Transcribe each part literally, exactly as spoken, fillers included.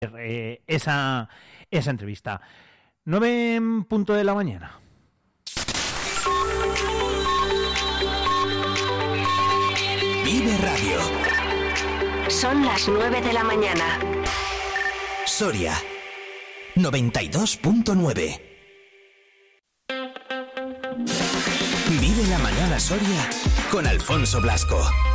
eh, esa, esa entrevista. nueve en punto de la mañana. Vive Radio. Son las nueve de la mañana. Soria, noventa y dos punto nueve. Vive la mañana Soria con Alfonso Blasco.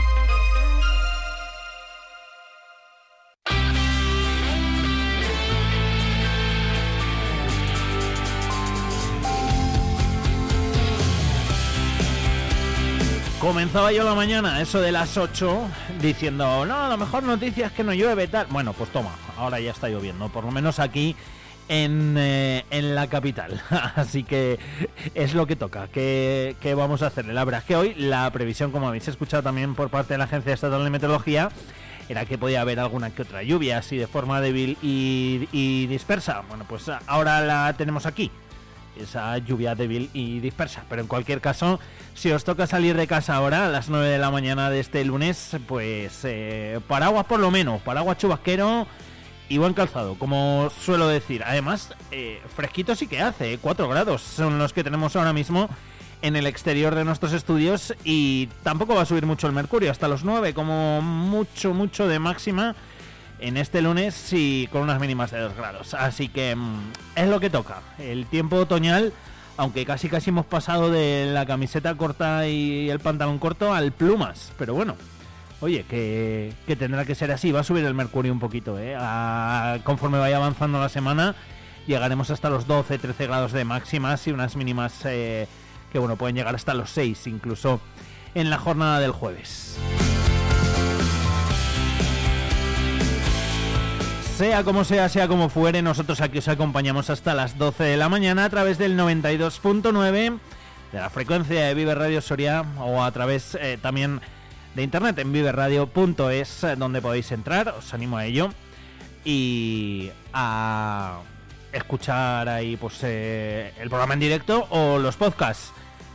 Comenzaba yo la mañana, eso de las ocho, diciendo, no, la mejor noticia es que no llueve, tal. Bueno, pues toma, ahora ya está lloviendo, por lo menos aquí en, eh, en la capital. Así que es lo que toca, que, que vamos a hacerle. La verdad es que hoy la previsión, como habéis escuchado también por parte de la Agencia Estatal de Meteorología, era que podía haber alguna que otra lluvia, así de forma débil y, y dispersa. Bueno, pues ahora la tenemos aquí. Esa lluvia débil y dispersa, pero en cualquier caso, si os toca salir de casa ahora a las nueve de la mañana de este lunes, pues eh, paraguas por lo menos, paraguas chubasquero y buen calzado, como suelo decir. Además, eh, fresquito sí que hace, ¿eh? cuatro grados son los que tenemos ahora mismo en el exterior de nuestros estudios y tampoco va a subir mucho el mercurio, hasta los nueve, como mucho, mucho de máxima en este lunes y con unas mínimas de dos grados. Así que mmm, es lo que toca. El tiempo otoñal, aunque casi casi hemos pasado de la camiseta corta y el pantalón corto al plumas. Pero bueno, oye, que, que tendrá que ser así. Va a subir el mercurio un poquito, ¿eh? A, conforme vaya avanzando la semana, llegaremos hasta los doce, trece grados de máximas y unas mínimas eh, que bueno, pueden llegar hasta los seis incluso en la jornada del jueves. Sea como sea, sea como fuere, nosotros aquí os acompañamos hasta las doce de la mañana a través del noventa y dos punto nueve de la frecuencia de Vive Radio Soria o a través eh, también de internet en vive radio punto es, donde podéis entrar, os animo a ello y a escuchar ahí pues eh, el programa en directo o los podcasts.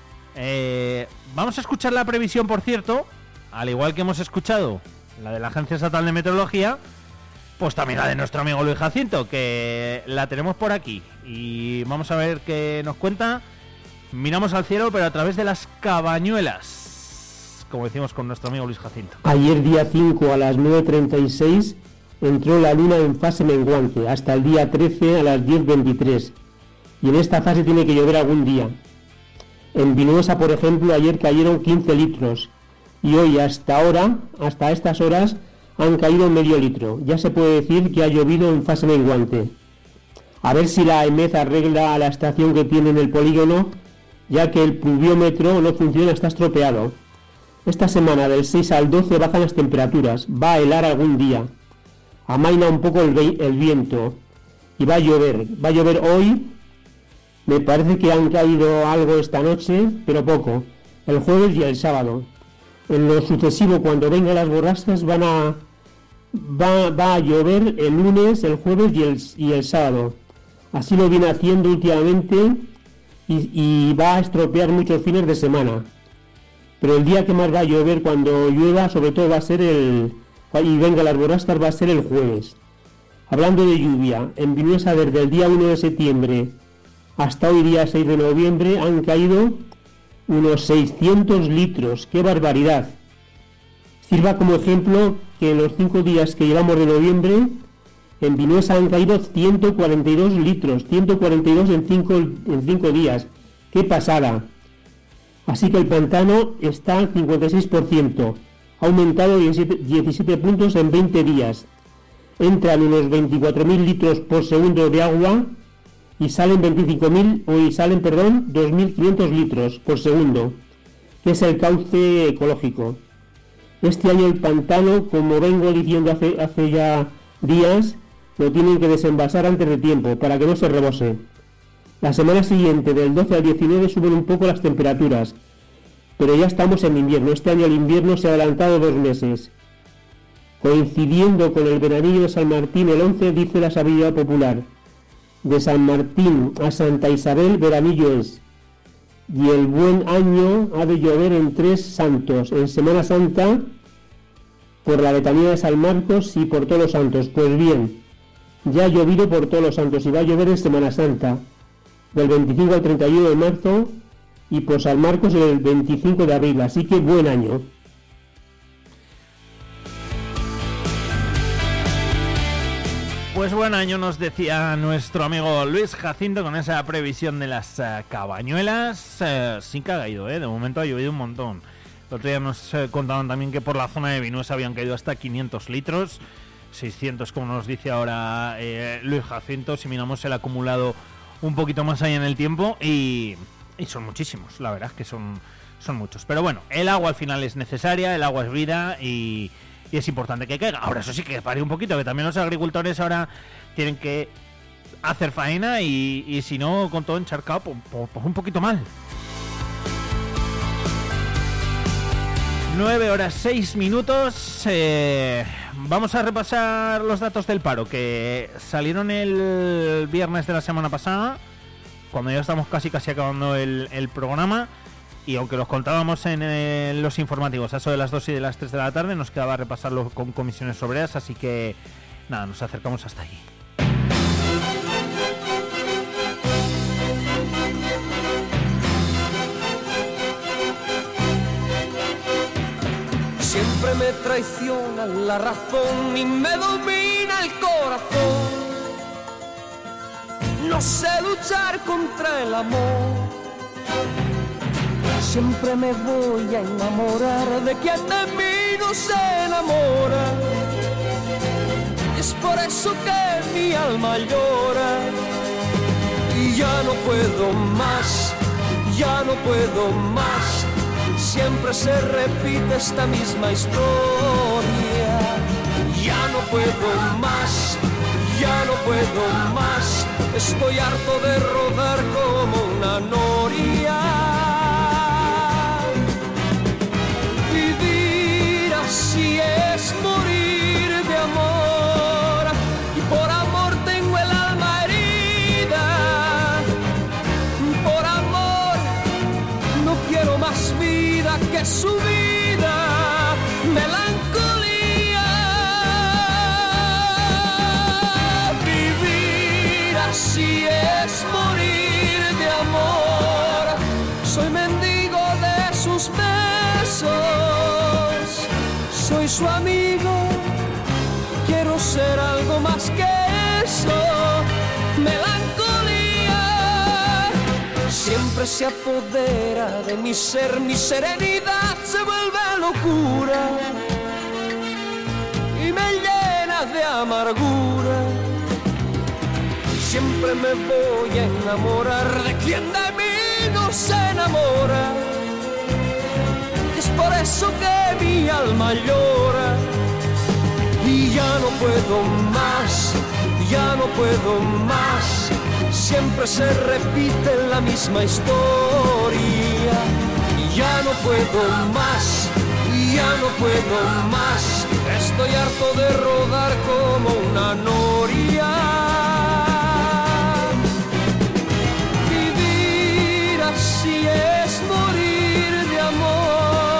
Eh, vamos a escuchar la previsión, por cierto, al igual que hemos escuchado la de la Agencia Estatal de Meteorología, pues también la de nuestro amigo Luis Jacinto, que la tenemos por aquí. Y vamos a ver qué nos cuenta. Miramos al cielo, pero a través de las cabañuelas, como decimos con nuestro amigo Luis Jacinto. Ayer día cinco a las nueve treinta y seis entró la luna en fase menguante, hasta el día trece a las diez veintitrés. Y en esta fase tiene que llover algún día. En Vinuesa, por ejemplo, ayer cayeron quince litros. Y hoy hasta ahora, hasta estas horas, han caído medio litro. Ya se puede decir que ha llovido en fase menguante. A ver si la E M E T arregla la estación que tiene en el polígono, ya que el pluviómetro no funciona, está estropeado. Esta semana del seis al doce bajan las temperaturas, va a helar algún día. Amaina un poco el, el viento y va a llover. Va a llover hoy. Me parece que han caído algo esta noche, pero poco. El jueves y el sábado. En lo sucesivo, cuando vengan las borrascas, van a va, va a llover el lunes, el jueves y el, y el sábado. Así lo viene haciendo últimamente y, y va a estropear muchos fines de semana. Pero el día que más va a llover cuando llueva, sobre todo va a ser el... y venga las borrascas, va a ser el jueves. Hablando de lluvia, en Vinuesa desde el día uno de septiembre hasta hoy día seis de noviembre han caído unos seiscientos litros, ¡qué barbaridad! Sirva como ejemplo que en los cinco días que llevamos de noviembre, en Vinuesa han caído ciento cuarenta y dos litros, ciento cuarenta y dos en cinco en cinco días, ¡qué pasada! Así que el pantano está al cincuenta y seis por ciento, ha aumentado diecisiete puntos en veinte días. Entran unos veinticuatro mil litros por segundo de agua y salen veinticinco mil, o salen, perdón, dos mil quinientos litros por segundo, que es el cauce ecológico. Este año el pantano, como vengo diciendo hace, hace ya días, lo tienen que desenvasar antes de tiempo, para que no se rebose. La semana siguiente, del doce al diecinueve, suben un poco las temperaturas, pero ya estamos en invierno. Este año el invierno se ha adelantado dos meses. Coincidiendo con el veranillo de San Martín, el once, dice la sabiduría popular: de San Martín a Santa Isabel veranillo es, y el buen año ha de llover en tres santos, en Semana Santa, por la letanía de San Marcos y por todos los santos. Pues bien, ya ha llovido por todos los santos y va a llover en Semana Santa, del veinticinco al treinta y uno de marzo y por San Marcos el veinticinco de abril, así que buen año. Pues buen año nos decía nuestro amigo Luis Jacinto con esa previsión de las uh, cabañuelas. Uh, sí que ha caído, ¿eh? De momento ha llovido un montón. El otro día nos uh, contaban también que por la zona de Vinuesa habían caído hasta quinientos litros, seiscientos como nos dice ahora eh, Luis Jacinto, si miramos el acumulado un poquito más allá en el tiempo, y, y son muchísimos, la verdad es que son, son muchos. Pero bueno, el agua al final es necesaria, el agua es vida y... y es importante que caiga. Ahora eso sí que pare un poquito, que también los agricultores ahora tienen que hacer faena y, y si no, con todo encharcado, pues, pues un poquito mal. nueve horas seis minutos. Eh, vamos a repasar los datos del paro que salieron el viernes de la semana pasada, cuando ya estamos casi casi acabando el, el programa. Y aunque los contábamos en eh, los informativos a eso de las dos y de las tres de la tarde, nos quedaba repasarlo con comisiones obreras, así que nada, nos acercamos hasta allí. Siempre me traiciona la razón y me domina el corazón. No sé luchar contra el amor. Siempre me voy a enamorar de quien de mí no se enamora. Es por eso que mi alma llora. Y ya no puedo más, ya no puedo más. Siempre se repite esta misma historia. Ya no puedo más, ya no puedo más. Estoy harto de rodar como una noria. Si es morir de amor, y por amor tengo el alma herida. Por amor no quiero más vida que su vida. Melancolía. Vivir así es morir de amor. Soy mendigo de sus besos. Soy su amigo, quiero ser algo más que eso. Melancolía siempre se apodera de mi ser, mi serenidad se vuelve locura y me llena de amargura. Siempre me voy a enamorar de quien de mí no se enamora. Es por eso que mi alma llora. Y ya no puedo más, ya no puedo más. Siempre se repite la misma historia. Y ya no puedo más, ya no puedo más. Estoy harto de rodar como una noria. Vivir así es morir de amor.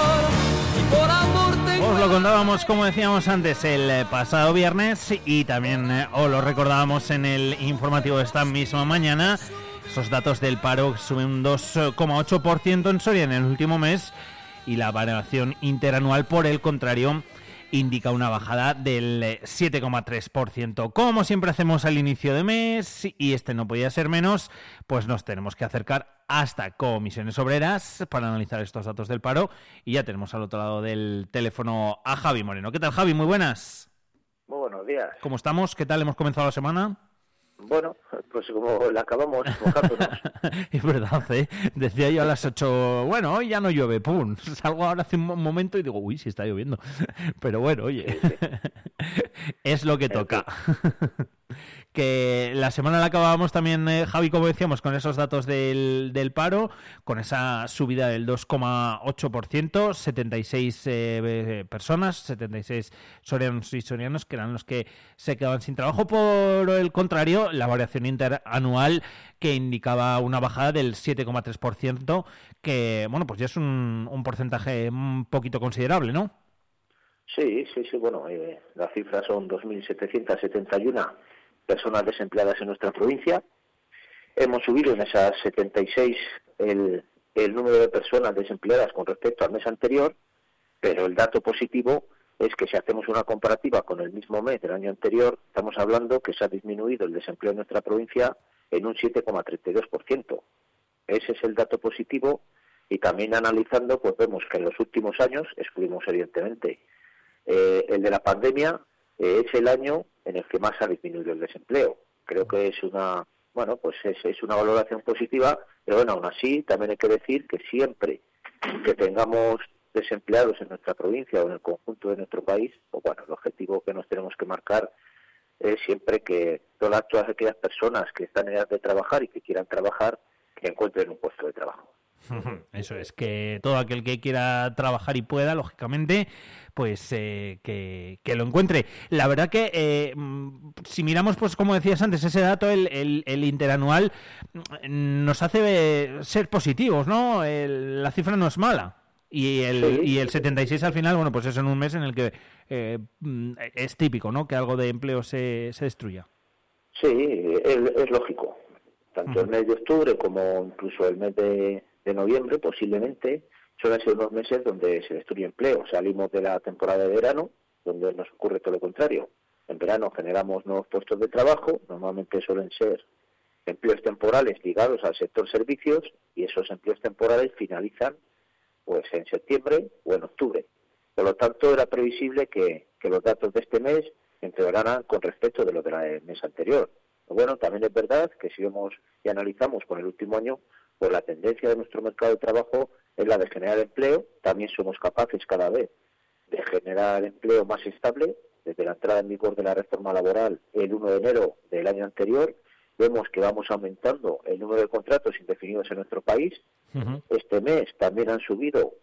Os lo contábamos, como decíamos antes, el pasado viernes y también eh, os lo recordábamos en el informativo de esta misma mañana. Esos datos del paro suben un dos coma ocho por ciento en Soria en el último mes y la variación interanual, por el contrario, indica una bajada del siete coma tres por ciento. Como siempre hacemos al inicio de mes, y este no podía ser menos, pues nos tenemos que acercar hasta Comisiones Obreras para analizar estos datos del paro. Y ya tenemos al otro lado del teléfono a Javi Moreno. ¿Qué tal, Javi? Muy buenas. Muy buenos días. ¿Cómo estamos? ¿Qué tal hemos comenzado la semana? Bueno, pues como la acabamos mojándonos. Es verdad, ¿eh? Decía yo a las ocho, bueno, hoy ya no llueve, pum. Salgo ahora hace un momento y digo, uy, sí está lloviendo. Pero bueno, oye, sí, sí. Es lo que toca. Que la semana la acabábamos también, eh, Javi, como decíamos, con esos datos del, del paro, con esa subida del dos coma ocho por ciento, setenta y seis eh, personas, setenta y seis sorianos y sorianos, que eran los que se quedaban sin trabajo. Por el contrario, la variación interanual, que indicaba una bajada del siete coma tres por ciento, que, bueno, pues ya es un, un porcentaje un poquito considerable, ¿no? Sí, sí, sí, bueno, eh, las cifras son dos mil setecientos setenta y uno personas desempleadas en nuestra provincia. Hemos subido en esas setenta y seis el, el número de personas desempleadas con respecto al mes anterior, pero el dato positivo es que si hacemos una comparativa con el mismo mes del año anterior, estamos hablando que se ha disminuido el desempleo en nuestra provincia en un siete coma treinta y dos por ciento. Ese es el dato positivo, y también analizando, pues vemos que en los últimos años, excluimos evidentemente eh, el de la pandemia, eh, es el año en el que más ha disminuido el desempleo. Creo que es una, bueno, pues es, es una valoración positiva, pero bueno, aún así también hay que decir que siempre que tengamos desempleados en nuestra provincia o en el conjunto de nuestro país, pues bueno, el objetivo que nos tenemos que marcar es siempre que todas, todas aquellas personas que están en edad de trabajar y que quieran trabajar, que encuentren un puesto de trabajo. Eso es, que todo aquel que quiera trabajar y pueda, lógicamente, pues eh, que, que lo encuentre. La verdad que eh, si miramos, pues como decías antes, ese dato, el, el, el interanual, nos hace ser positivos, ¿no? El, la cifra no es mala. Y el, sí. y el setenta y seis al final, bueno, pues es en un mes en el que eh, es típico, ¿no?, que algo de empleo se, se destruya. Sí, es, es lógico. Tanto uh-huh. el mes de octubre como incluso el mes de, de noviembre, posiblemente, suelen ser unos meses donde se destruye empleo. Salimos de la temporada de verano, donde nos ocurre todo lo contrario. En verano generamos nuevos puestos de trabajo, normalmente suelen ser empleos temporales ligados al sector servicios, y esos empleos temporales finalizan pues en septiembre o en octubre. Por lo tanto, era previsible que, que los datos de este mes empeoraran con respecto de los del mes anterior. Bueno, también es verdad que si vemos y analizamos con el último año, pues la tendencia de nuestro mercado de trabajo es la de generar empleo. También somos capaces cada vez de generar empleo más estable. Desde la entrada en vigor de la reforma laboral el uno de enero del año anterior, vemos que vamos aumentando el número de contratos indefinidos en nuestro país. Uh-huh. Este mes también han subido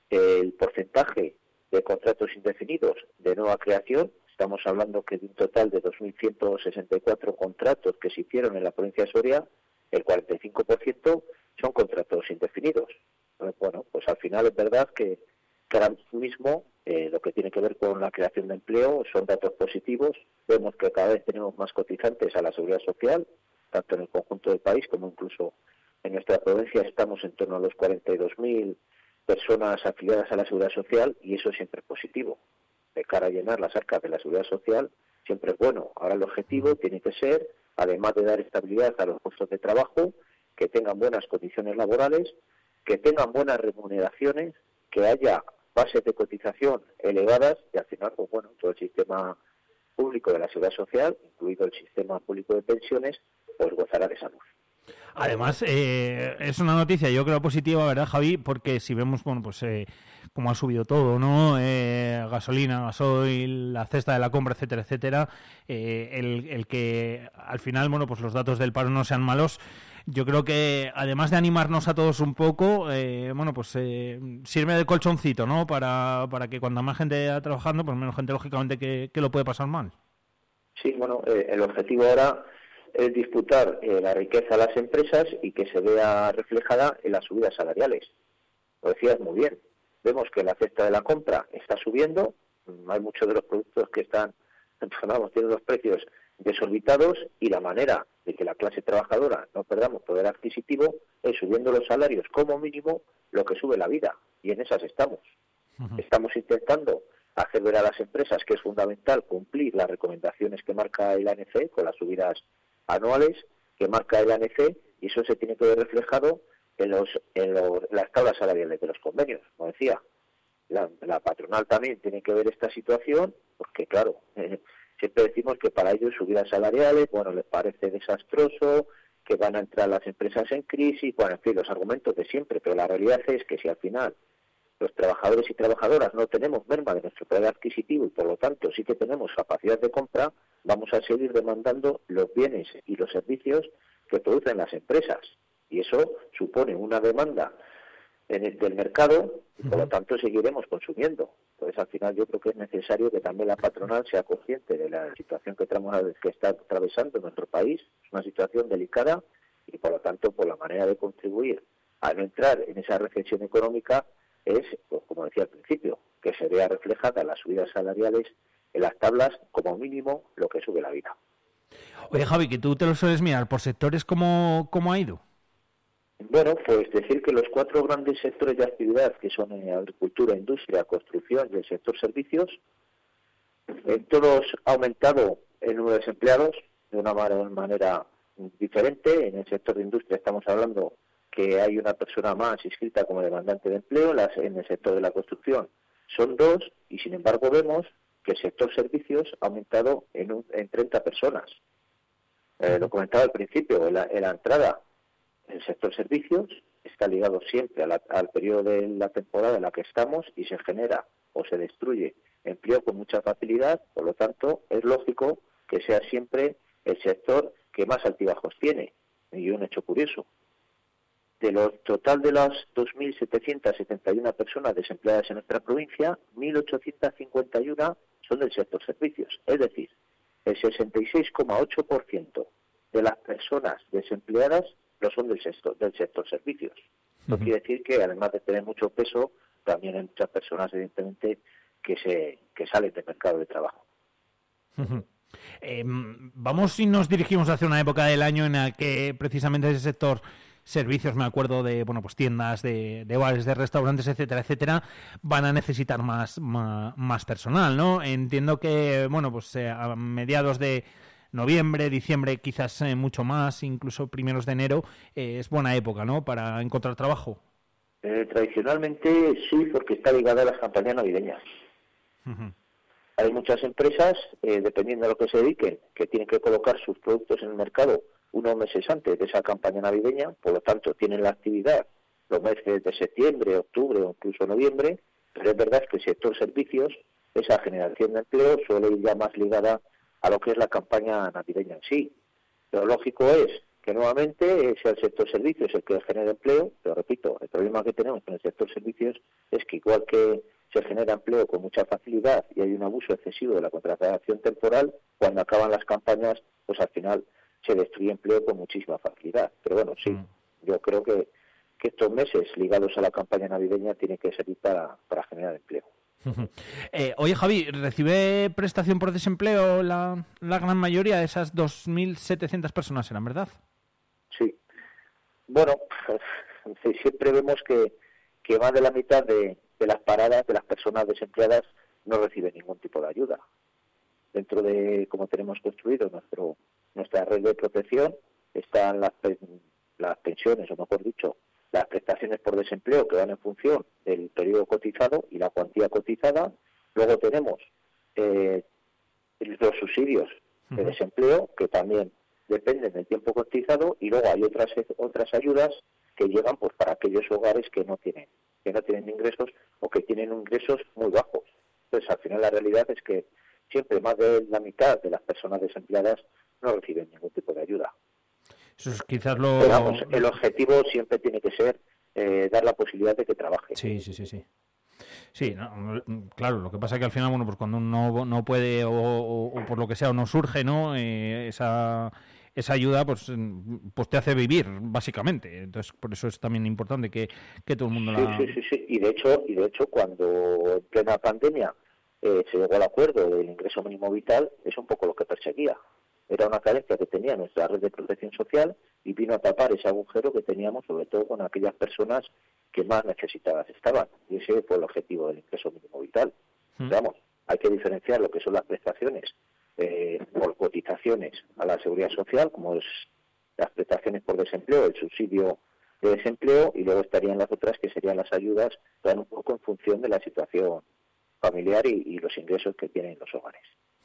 el porcentaje de contratos indefinidos de nueva creación. Estamos hablando que de un total de dos mil ciento sesenta y cuatro contratos que se hicieron en la provincia de Soria, el cuarenta y cinco por ciento son contratos indefinidos. Bueno, pues al final es verdad que, que ahora mismo eh, lo que tiene que ver con la creación de empleo son datos positivos. Vemos que cada vez tenemos más cotizantes a la seguridad social, tanto en el conjunto del país como incluso en nuestra provincia. Estamos en torno a los cuarenta y dos mil personas afiliadas a la seguridad social, y eso siempre es positivo. De cara a llenar las arcas de la seguridad social, siempre es bueno. Ahora el objetivo tiene que ser, además de dar estabilidad a los puestos de trabajo, que tengan buenas condiciones laborales, que tengan buenas remuneraciones, que haya bases de cotización elevadas, y al final, pues bueno, todo el sistema público de la seguridad social, incluido el sistema público de pensiones, pues gozará de salud. Además, eh, es una noticia, yo creo, positiva, ¿verdad, Javi? Porque si vemos, bueno, pues eh, cómo ha subido todo, ¿no? Eh, gasolina, gasoil, la cesta de la compra, etcétera, etcétera. Eh, el, el que al final, bueno, pues los datos del paro no sean malos. Yo creo que, además de animarnos a todos un poco, eh, bueno, pues eh, sirve de colchoncito, ¿no? Para, para que cuando más gente está trabajando, pues menos gente, lógicamente, que, que lo puede pasar mal. Sí, bueno, eh, el objetivo ahora es disputar eh, la riqueza a las empresas y que se vea reflejada en las subidas salariales. Lo decías muy bien. Vemos que la cesta de la compra está subiendo. Hay muchos de los productos que están, vamos, tienen los precios desorbitados, y la manera de que la clase trabajadora no perdamos poder adquisitivo es subiendo los salarios como mínimo lo que sube la vida, y en esas estamos. Uh-huh. Estamos intentando hacer ver a las empresas que es fundamental cumplir las recomendaciones que marca el A N C con las subidas anuales que marca el A N C, y eso se tiene que ver reflejado en los en los, las tablas salariales de los convenios. Como decía, la, la patronal también tiene que ver esta situación, porque claro, eh, siempre decimos que para ellos subidas salariales, bueno, les parece desastroso, que van a entrar las empresas en crisis, bueno, en fin, los argumentos de siempre, pero la realidad es que si al final los trabajadores y trabajadoras no tenemos merma de nuestro poder adquisitivo, y por lo tanto sí que tenemos capacidad de compra, vamos a seguir demandando los bienes y los servicios que producen las empresas, y eso supone una demanda en el, del mercado, y por lo tanto seguiremos consumiendo. Entonces al final yo creo que es necesario que también la patronal sea consciente de la situación que, que está atravesando nuestro país. Es una situación delicada, y por lo tanto por la manera de contribuir a no entrar en esa recesión económica es, pues, como decía al principio, que se vea reflejada las subidas salariales en las tablas como mínimo lo que sube la vida. Oye, Javi, que tú te lo sueles mirar por sectores, ¿cómo, cómo ha ido? Bueno, pues decir que los cuatro grandes sectores de actividad, que son eh, agricultura, industria, construcción y el sector servicios, en todos ha aumentado el número de desempleados de una manera diferente. En el sector de industria estamos hablando que hay una persona más inscrita como demandante de empleo, las, en el sector de la construcción son dos, y sin embargo vemos que el sector servicios ha aumentado en, un, en treinta personas. Eh, lo comentaba al principio, en la, en la entrada, el sector servicios está ligado siempre a la, al periodo de la temporada en la que estamos y se genera o se destruye empleo con mucha facilidad, por lo tanto es lógico que sea siempre el sector que más altibajos tiene. Y un hecho curioso, de los total de las dos mil setecientas setenta y una personas desempleadas en nuestra provincia, mil ochocientas cincuenta y una son del sector servicios. Es decir, el sesenta y seis coma ocho por ciento de las personas desempleadas no son del sector, del sector servicios. Esto uh-huh. quiere decir que, además de tener mucho peso, también hay muchas personas, evidentemente, que se que salen del mercado de trabajo. Uh-huh. Eh, vamos y nos dirigimos hacia una época del año en la que precisamente ese sector servicios, me acuerdo de bueno pues tiendas, de, de bares, de restaurantes, etcétera, etcétera, van a necesitar más, más, más personal, ¿no? Entiendo que, bueno, pues eh, a mediados de noviembre, diciembre, quizás eh, mucho más, incluso primeros de enero, eh, es buena época, ¿no?, para encontrar trabajo. Eh, tradicionalmente sí, porque está ligada a las campañas navideñas. Uh-huh. Hay muchas empresas, eh, dependiendo de lo que se dediquen, que tienen que colocar sus productos en el mercado unos meses antes de esa campaña navideña, por lo tanto tienen la actividad los meses de septiembre, octubre o incluso noviembre, pero es verdad que el sector servicios, esa generación de empleo suele ir ya más ligada a lo que es la campaña navideña en sí. Lo lógico es que nuevamente sea el sector servicios el que genera empleo, pero repito, el problema que tenemos con el sector servicios es que igual que se genera empleo con mucha facilidad y hay un abuso excesivo de la contratación temporal, cuando acaban las campañas, pues al final se destruye empleo con muchísima facilidad. Pero bueno, sí, mm. yo creo que, que estos meses ligados a la campaña navideña tienen que servir para, para generar empleo. Eh, oye, Javi, ¿recibe prestación por desempleo la, la gran mayoría de esas dos mil setecientas personas, eran, verdad? Sí. Bueno, siempre vemos que, que más de la mitad de, de las paradas de las personas desempleadas no reciben ningún tipo de ayuda. Dentro de cómo tenemos construido nuestro nuestra red de protección están las, las pensiones, o mejor dicho, las prestaciones por desempleo, que van en función del periodo cotizado y la cuantía cotizada. Luego tenemos eh, los subsidios de desempleo, que también dependen del tiempo cotizado, y luego hay otras otras ayudas que llegan pues para aquellos hogares que no tienen que no tienen ingresos o que tienen ingresos muy bajos. Entonces, al final la realidad es que siempre más de la mitad de las personas desempleadas no reciben ningún tipo de ayuda. Eso es quizás lo... Pero vamos, el objetivo siempre tiene que ser eh, dar la posibilidad de que trabaje. Sí, sí, sí, sí. Sí, no, claro, lo que pasa es que al final, bueno, pues cuando uno no puede o, o, o por lo que sea, o no surge, ¿no?, eh, esa... esa ayuda pues pues te hace vivir, básicamente. Entonces, por eso es también importante que, que todo el mundo la... Sí, sí, sí, sí. Y de hecho, y de hecho cuando en plena pandemia eh, se llegó al acuerdo del ingreso mínimo vital, es un poco lo que perseguía. Era una carencia que tenía nuestra red de protección social y vino a tapar ese agujero que teníamos, sobre todo con aquellas personas que más necesitadas estaban. Y ese fue el objetivo del ingreso mínimo vital. ¿Mm? Vamos, hay que diferenciar lo que son las prestaciones Eh, por cotizaciones a la seguridad social, como es las prestaciones por desempleo, el subsidio de desempleo, y luego estarían las otras que serían las ayudas, que van un poco en función de la situación familiar y, y los ingresos que tienen los hogares.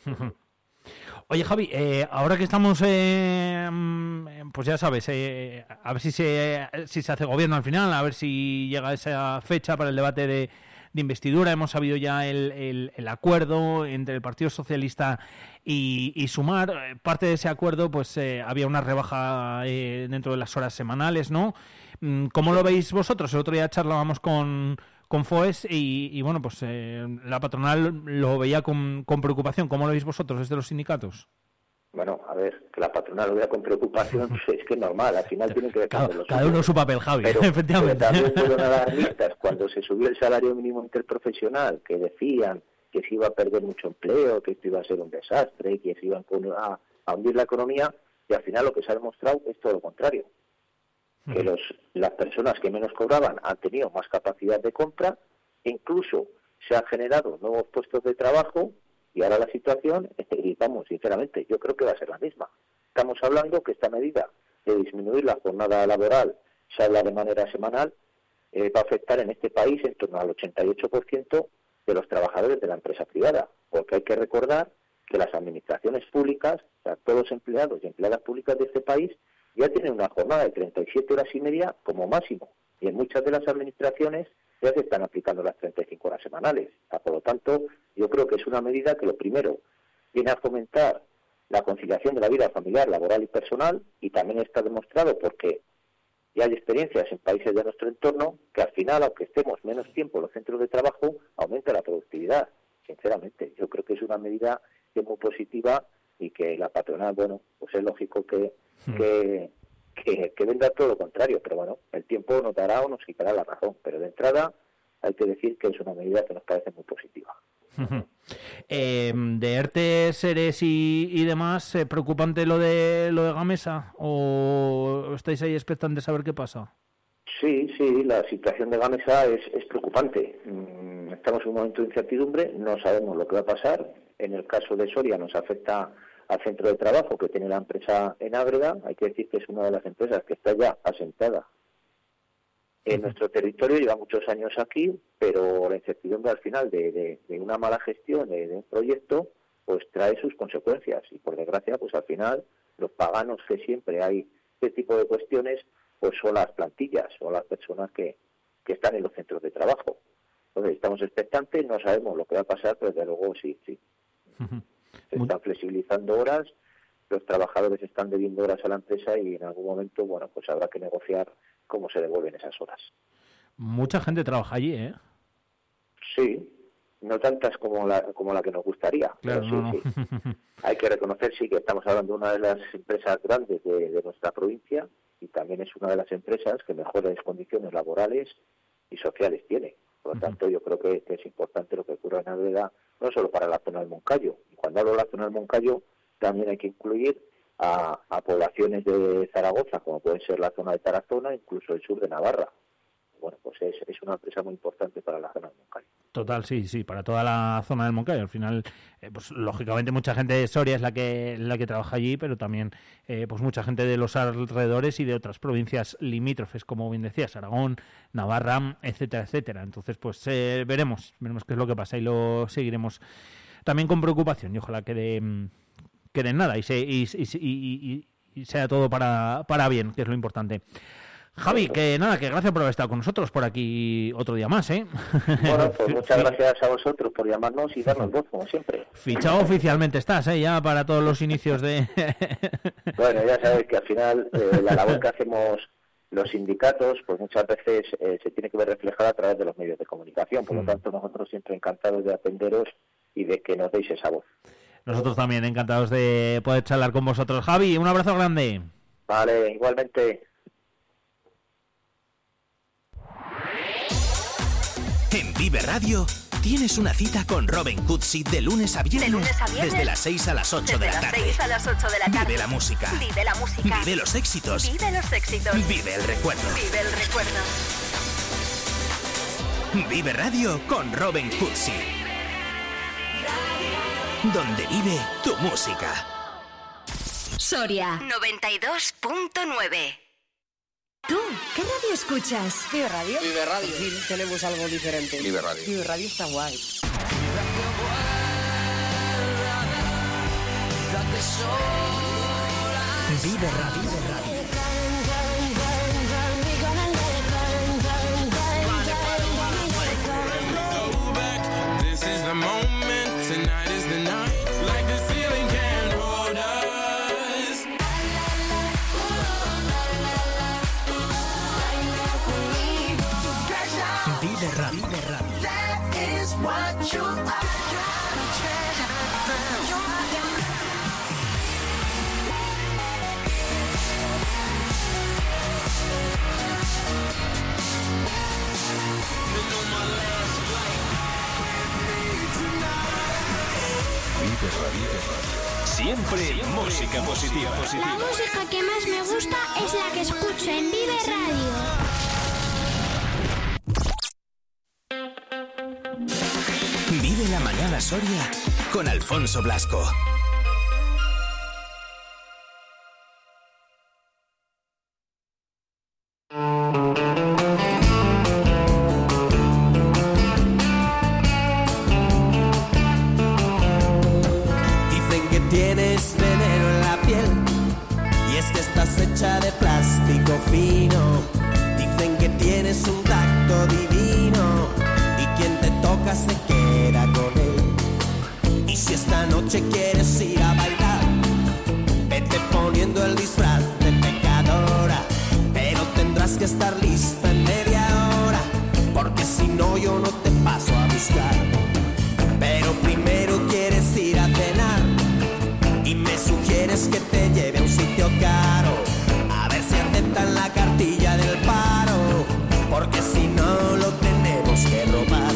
Oye, Javi, eh, ahora que estamos, eh, pues ya sabes, eh, a ver si se, si se hace gobierno al final, a ver si llega esa fecha para el debate de de investidura. Hemos sabido ya el, el, el acuerdo entre el Partido Socialista y, y Sumar. Parte de ese acuerdo, pues eh, había una rebaja eh, dentro de las horas semanales, ¿no? ¿Cómo lo veis vosotros? El otro día charlábamos con, con FOES y, y bueno, pues eh, la patronal lo veía con, con preocupación. ¿Cómo lo veis vosotros desde los sindicatos? Bueno, a ver, que la patronal lo vea con preocupación, pues es que es normal, al final tienen que ver cada, los cada uno su papel, Javi, pero, efectivamente. Pero también fueron alarmistas cuando se subió el salario mínimo interprofesional, que decían que se iba a perder mucho empleo, que esto iba a ser un desastre, que se iban a a hundir la economía, y al final lo que se ha demostrado es todo lo contrario. Que los, las personas que menos cobraban han tenido más capacidad de compra, incluso se han generado nuevos puestos de trabajo, y ahora la situación, y vamos, sinceramente, yo creo que va a ser la misma. Estamos hablando que esta medida de disminuir la jornada laboral, se habla de manera semanal, eh, va a afectar en este país en torno al ochenta y ocho por ciento de los trabajadores de la empresa privada, porque hay que recordar que las administraciones públicas, o sea, todos los empleados y empleadas públicas de este país, ya tienen una jornada de treinta y siete horas y media como máximo, y en muchas de las administraciones ya se están aplicando las treinta y cinco horas semanales. O sea, por lo tanto, yo creo que es una medida que lo primero viene a fomentar la conciliación de la vida familiar, laboral y personal, y también está demostrado porque ya hay experiencias en países de nuestro entorno que al final, aunque estemos menos tiempo en los centros de trabajo, aumenta la productividad. Sinceramente, yo creo que es una medida que es muy positiva y que la patronal, bueno, pues es lógico que, que, que, que venda todo lo contrario, pero bueno, el tiempo nos dará o nos quitará la razón, pero de entrada hay que decir que es una medida que nos parece muy positiva. eh, de ERTE, SERES y, y demás, ¿eh, preocupante lo de lo de Gamesa o estáis ahí expectantes a ver qué pasa? Sí, sí, la situación de Gamesa es, es preocupante. Estamos en un momento de incertidumbre, no sabemos lo que va a pasar. En el caso de Soria nos afecta al centro de trabajo que tiene la empresa en Ágreda. Hay que decir que es una de las empresas que está ya asentada en nuestro territorio, lleva muchos años aquí, pero la incertidumbre al final de, de, de una mala gestión de, de un proyecto pues trae sus consecuencias, y por desgracia pues al final los paganos que siempre hay este tipo de cuestiones pues son las plantillas, son las personas que, que están en los centros de trabajo. Entonces estamos expectantes, no sabemos lo que va a pasar, pero desde luego sí, sí. Uh-huh. Se están flexibilizando horas, los trabajadores están debiendo horas a la empresa y en algún momento, bueno, pues habrá que negociar cómo se devuelven esas horas. Mucha gente trabaja allí, ¿eh? Sí, no tantas como la como la que nos gustaría, claro, pero sí, no, no. sí. Hay que reconocer, sí, que estamos hablando de una de las empresas grandes de, de nuestra provincia, y también es una de las empresas que mejores condiciones laborales y sociales tiene. Por lo tanto, yo creo que, que es importante lo que ocurre en Ágreda, no solo para la zona del Moncayo. Y cuando hablo de la zona del Moncayo, también hay que incluir a, a poblaciones de Zaragoza, como puede ser la zona de Tarazona, incluso el sur de Navarra. Bueno, pues es, es una empresa muy importante para la zona del Moncayo. Total, sí, sí, para toda la zona del Moncayo. Al final, eh, pues lógicamente mucha gente de Soria es la que la que trabaja allí, pero también eh, pues mucha gente de los alrededores y de otras provincias limítrofes, como bien decías, Aragón, Navarra, etcétera, etcétera. Entonces, pues eh, veremos, veremos qué es lo que pasa y lo seguiremos también con preocupación, y ojalá quede, quede en nada y, se, y, y, y, y sea todo para, para bien, que es lo importante. Javi, que nada, que gracias por haber estado con nosotros por aquí otro día más, ¿eh? Bueno, pues muchas gracias a vosotros por llamarnos y darnos voz, como siempre. Fichado oficialmente estás, ¿eh? Ya para todos los inicios de... Bueno, ya sabéis que al final eh, la labor que hacemos los sindicatos, pues muchas veces eh, se tiene que ver reflejada a través de los medios de comunicación. Por lo tanto, nosotros siempre encantados de atenderos y de que nos deis esa voz. Nosotros también encantados de poder charlar con vosotros. Javi, un abrazo grande. Vale, igualmente. En Vive Radio tienes una cita con Robin Cutsi de lunes a viernes, de lunes a viernes desde las seis a las ocho de la tarde. Desde las seis a las ocho de la tarde. Vive la música. Vive la música. Vive los éxitos. Vive los éxitos. Vive el recuerdo. Vive el recuerdo. Vive Radio con Robin Cutsi. Donde vive tu música. Soria noventa y dos punto nueve. ¿Tú qué radio escuchas? Vive Radio. Vive Radio. Sí, tenemos algo diferente. Vive Radio. Vive Radio está guay. Vive Radio. Vive Radio. This is the moment, tonight is the night, like the ceiling can't hold us. Vive Radio. Vive Radio. That is what you are. Siempre Siempre música positiva. La música que más me gusta es la que escucho en Vive Radio. Vive la mañana Soria con Alfonso Blasco. Dicen que tienes veneno en la piel y es que estás hecha de plástico fino. Dicen que tienes un tacto divino y quien te toca se queda con él. Y si esta noche quieres ir a bailar, vete poniendo el disfraz de pecadora, pero tendrás que estar lista en media hora, porque si no yo no te paso a buscar. Pero primero quieres ir a cenar y me sugieres que te lleve a un sitio caro, a ver si aceptan la cartilla del paro, porque si no lo tenemos que robar.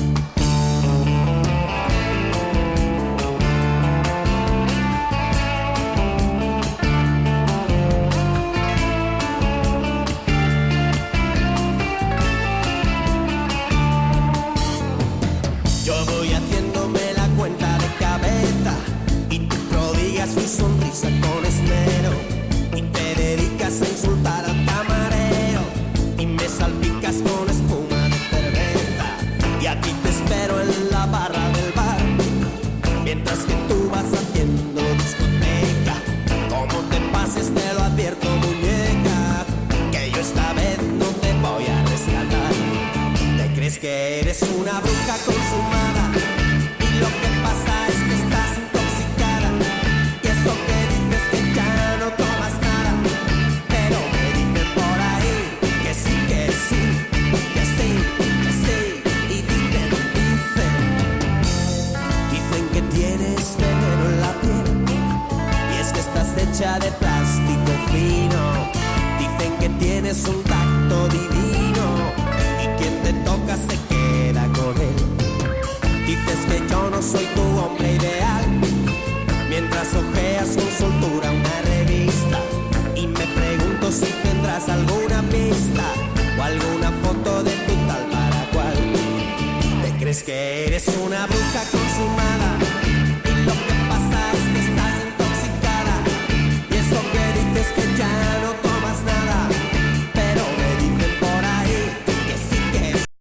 Yo voy haciéndome la cuenta de cabeza y tú prodigas tu sonrisa con esmero y te dedicas a insultar al camarero y me salpicas con espuma de cerveza. Y aquí te espero en la barra del bar, mientras que tú vas haciendo discoteca. Como te pases te lo advierto, muñeca, que yo esta vez no te voy a rescatar. Te crees que eres una bruja consumada y lo que pasa es que estás intoxicada. Y eso que dices que ya no tomas nada, pero me dicen por ahí que sí, que sí, que sí, que sí. Y dicen, dicen, dicen que tienes veneno en la piel y es que estás hecha de plástico fino. Dicen que tienes un tacto divino y quien te toca se queda con él. Dices que yo no soy tu hombre ideal, mientras ojeas con soltura una revista. Y me pregunto si tendrás alguna pista o alguna foto de tu tal para cual. Te crees que eres una bruja consumada y lo que pasa es que estás intoxicada. Y eso que dices que ya no tomas nada, pero me dicen por ahí que sí, que sí.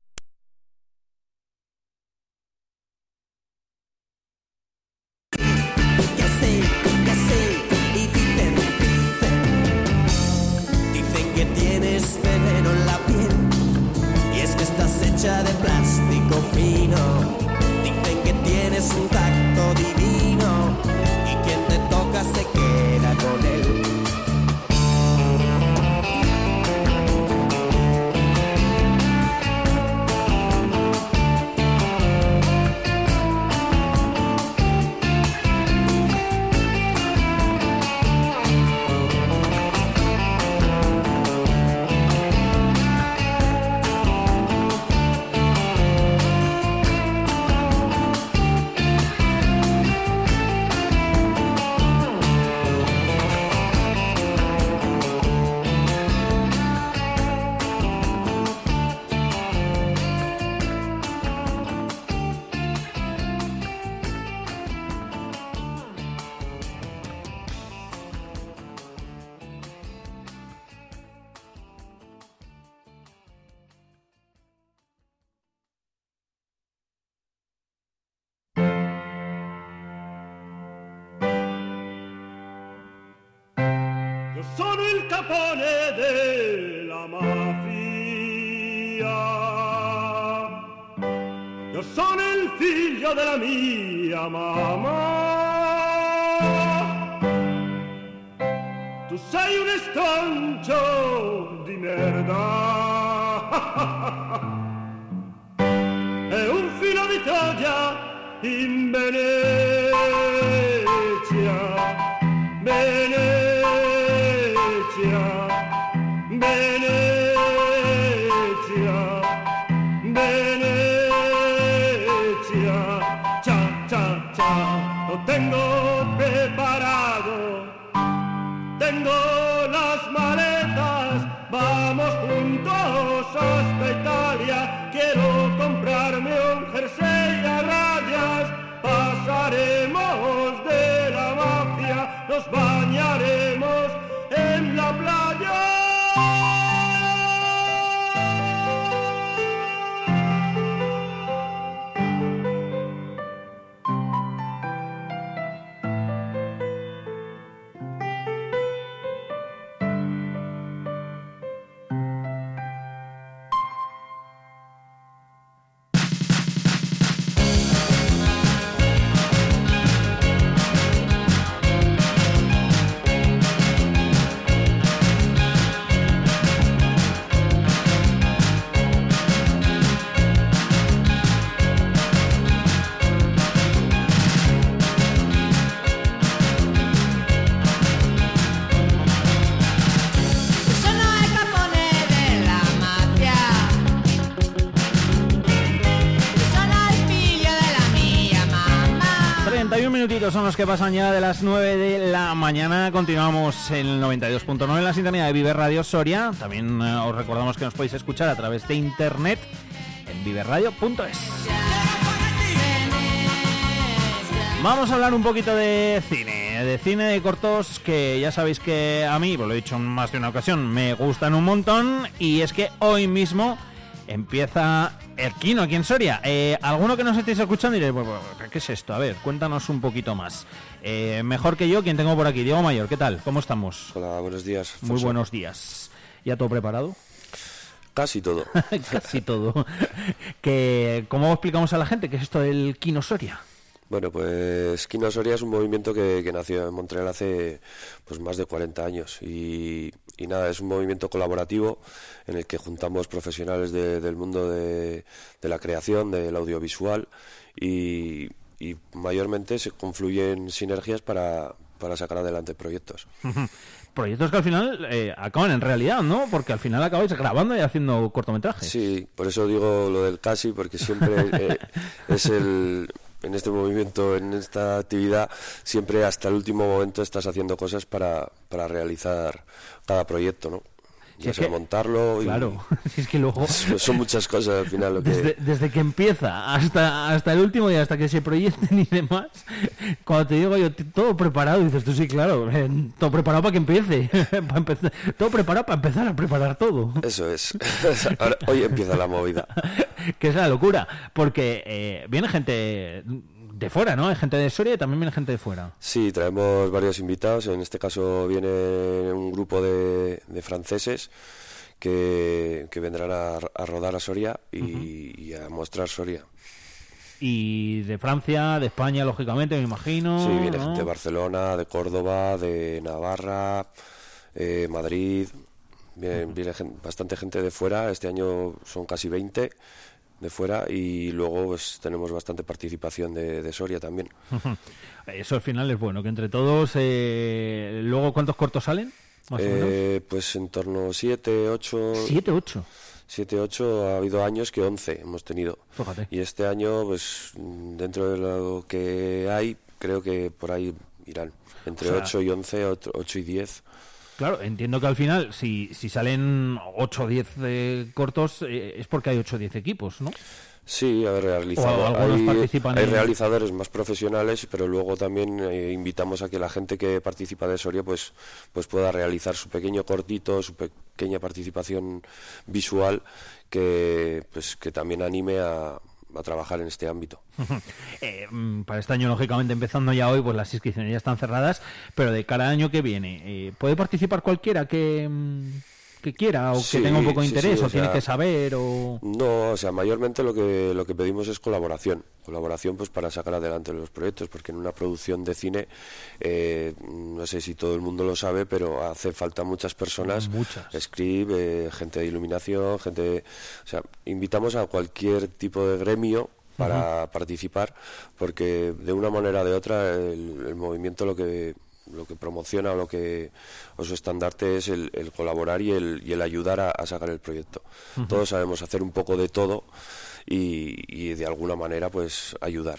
Que sí, que sí, y dicen, dicen, dicen que tienes veneno en la piel y es que estás hecha de plástico fino. Dicen que tienes un tacto divino y quien te toca se queda con él. Io sono il capone della mafia, io sono il figlio della mia mamma. Tu sei un estrancio di merda e un filo di Troia in Venezia. Venezia, Venezia, Venezia, cha cha cha, lo tengo preparado. las maletas, vamos juntos hasta Italia. Quiero comprarme un jersey a rayas, pasaremos de la mafia, nos bañaremos en la playa. minutitos son los que pasan ya de las nueve de la mañana. Continuamos en el noventa y dos punto nueve en la sintonía de Vive Radio Soria. También eh, os recordamos que nos podéis escuchar a través de internet en vive radio punto es. Vamos a hablar un poquito de cine, de cine de cortos, que ya sabéis que a mí, pues lo he dicho en más de una ocasión, me gustan un montón. Y es que hoy mismo empieza el Kino aquí en Soria. Eh, alguno que nos estéis escuchando diréis, bueno, ¿qué es esto? A ver, cuéntanos un poquito más. Eh, mejor que yo, quien tengo por aquí, Diego Mayor, ¿qué tal? ¿Cómo estamos? Hola, buenos días. Muy Fonso. buenos días. ¿Ya todo preparado? Casi todo. Casi todo. que, ¿Cómo explicamos a la gente qué es esto del Kino Soria? Bueno, pues Kino Soria es un movimiento que, que nació en Montreal hace pues más de cuarenta años y, y nada, es un movimiento colaborativo en el que juntamos profesionales de, del mundo de, de la creación, del audiovisual y, y mayormente se confluyen sinergias para, para sacar adelante proyectos. Proyectos que al final eh, acaban en realidad, ¿no? Porque al final acabáis grabando y haciendo cortometrajes. Sí, por eso digo lo del casi, porque siempre eh, es el... En este movimiento, en esta actividad, siempre hasta el último momento estás haciendo cosas para, para realizar cada proyecto, ¿no? Ya sea que, montarlo. Claro, y... si es que luego. Son muchas cosas al final. Lo que... desde, desde que empieza hasta hasta el último día, hasta que se proyecten y demás. Cuando te digo yo, todo preparado, dices tú, sí, claro, eh, todo preparado para que empiece. para empezar, todo preparado para empezar a preparar todo. Eso es. Ahora, hoy empieza la movida. Que es la locura, porque eh, viene gente de fuera, ¿no? Hay gente de Soria y también viene gente de fuera. Sí, traemos varios invitados. En este caso viene un grupo de, de franceses que, que vendrán a, a rodar a Soria y, uh-huh. y a mostrar Soria. Y de Francia, de España, lógicamente, me imagino. Sí, viene ¿no? gente de Barcelona, de Córdoba, de Navarra, eh, Madrid. Viene, uh-huh. viene gente, bastante gente de fuera. Este año son casi veinte de fuera y luego pues tenemos bastante participación de, de Soria también. Eso al final es bueno, que entre todos eh, luego ¿cuántos cortos salen? Más eh, o menos. Pues en torno a siete, ocho ¿siete, ocho? siete, ocho, ha habido años que once hemos tenido. Fíjate. Y este año pues dentro de lo que hay creo que por ahí irán entre o sea, ocho y once, ocho y diez. Claro, entiendo que al final, si, si salen ocho o diez eh, cortos, eh, es porque hay ocho o diez equipos, ¿no? Sí, a ver, realizado, hay, hay en... realizadores más profesionales, pero luego también eh, invitamos a que la gente que participa de Soria pues, pues pueda realizar su pequeño cortito, su pequeña participación visual, que, pues, que también anime a... a trabajar en este ámbito. eh, para este año, lógicamente, empezando ya hoy, pues las inscripciones ya están cerradas, pero de cara al año que viene, eh, ¿puede participar cualquiera que, que quiera o sí, que tenga un poco de sí, interés sí, o, o tiene sea, que saber? o No, o sea, mayormente lo que lo que pedimos es colaboración, colaboración pues para sacar adelante los proyectos, porque en una producción de cine, eh, no sé si todo el mundo lo sabe, pero hace falta muchas personas, muchas. Script, eh, gente de iluminación, gente, o sea, invitamos a cualquier tipo de gremio para uh-huh. participar, porque de una manera o de otra el, el movimiento lo que lo que promociona o lo que o su estandarte es el, el colaborar y el, y el ayudar a, a sacar el proyecto. Uh-huh. Todos sabemos hacer un poco de todo y, y de alguna manera pues ayudar.